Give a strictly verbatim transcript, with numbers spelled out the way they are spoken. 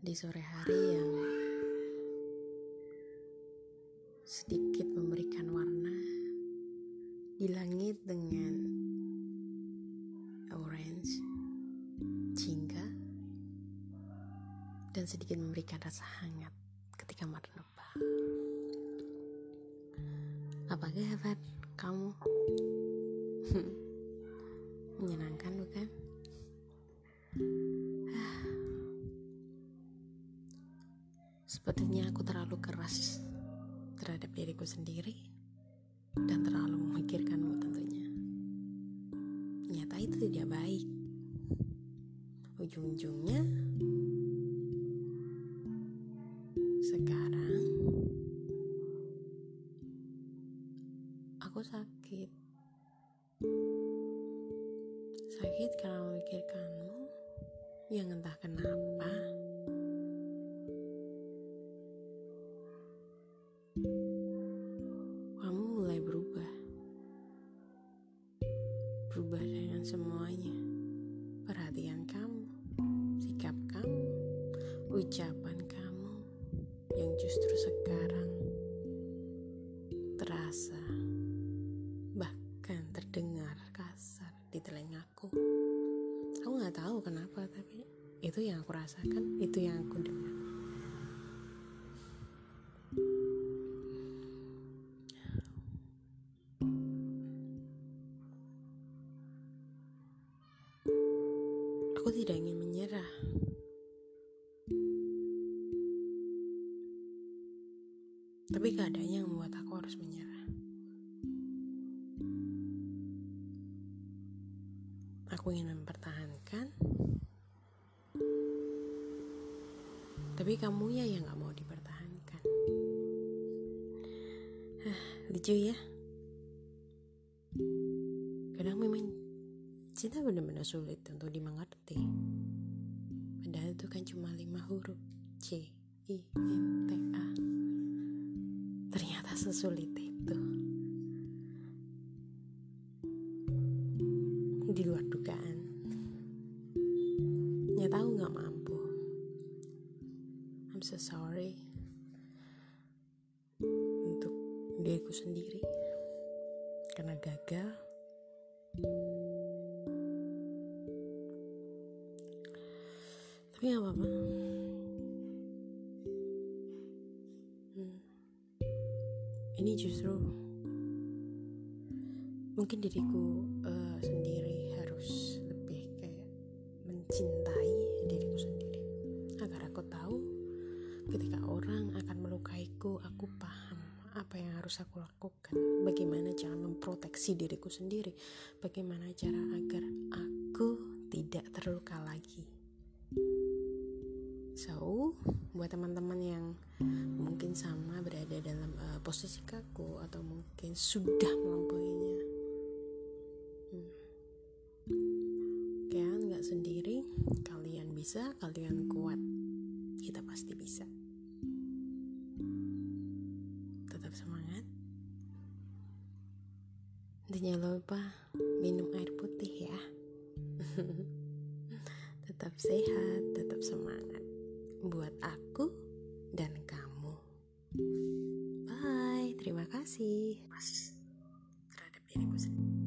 Di sore hari yang sedikit memberikan warna di langit dengan orange, jingga, dan sedikit memberikan rasa hangat ketika merenung. Apa kabar kamu? Menyenangkan bukan? Sepertinya aku terlalu keras terhadap diriku sendiri dan terlalu memikirkanmu tentunya. Nyata itu tidak baik. Ujung-ujungnya sekarang aku sakit. Sakit karena memikirkanmu yang entah kenapa kamu mulai berubah. Berubah dengan semuanya. Perhatian kamu, sikap kamu, ucapan kamu yang justru sekarang terasa bahkan terdengar kasar di telingaku. Aku gak tahu kenapa, tapi itu yang aku rasakan, itu yang aku dengar. Aku tidak ingin menyerah. Tapi keadaannya yang membuat aku harus menyerah. Aku ingin mempertahankan, tapi kamunya yang gak mau dipertahankan. Hah, lucu ya. Kadang memang cinta benar-benar sulit untuk dimengerti. Padahal itu kan cuma lima huruf, C, I, N, T, A. Ternyata sesulit itu. Di luar dugaan. Nyata aku gak mampu. I'm so sorry untuk diriku sendiri karena gagal. Tapi gak apa-apa. hmm. Ini justru mungkin diriku uh, sendiri harus lebih kayak mencintai diriku sendiri, agar aku tahu ketika orang akan melukaiku, aku paham apa yang harus aku lakukan, bagaimana cara memproteksi diriku sendiri, bagaimana cara agar aku tidak terluka lagi. So, buat teman-teman yang mungkin sama berada dalam uh, posisi kaku atau mungkin sudah melampauinya, hmm. kalian gak sendiri, kalian bisa, kalian kuat, kita pasti bisa. Tetap semangat. Dan jangan lupa minum air putih ya. Tetap sehat, tetap semangat. Buat aku dan kamu. Bye, terima kasih. Mas terhadap diriku sendiri.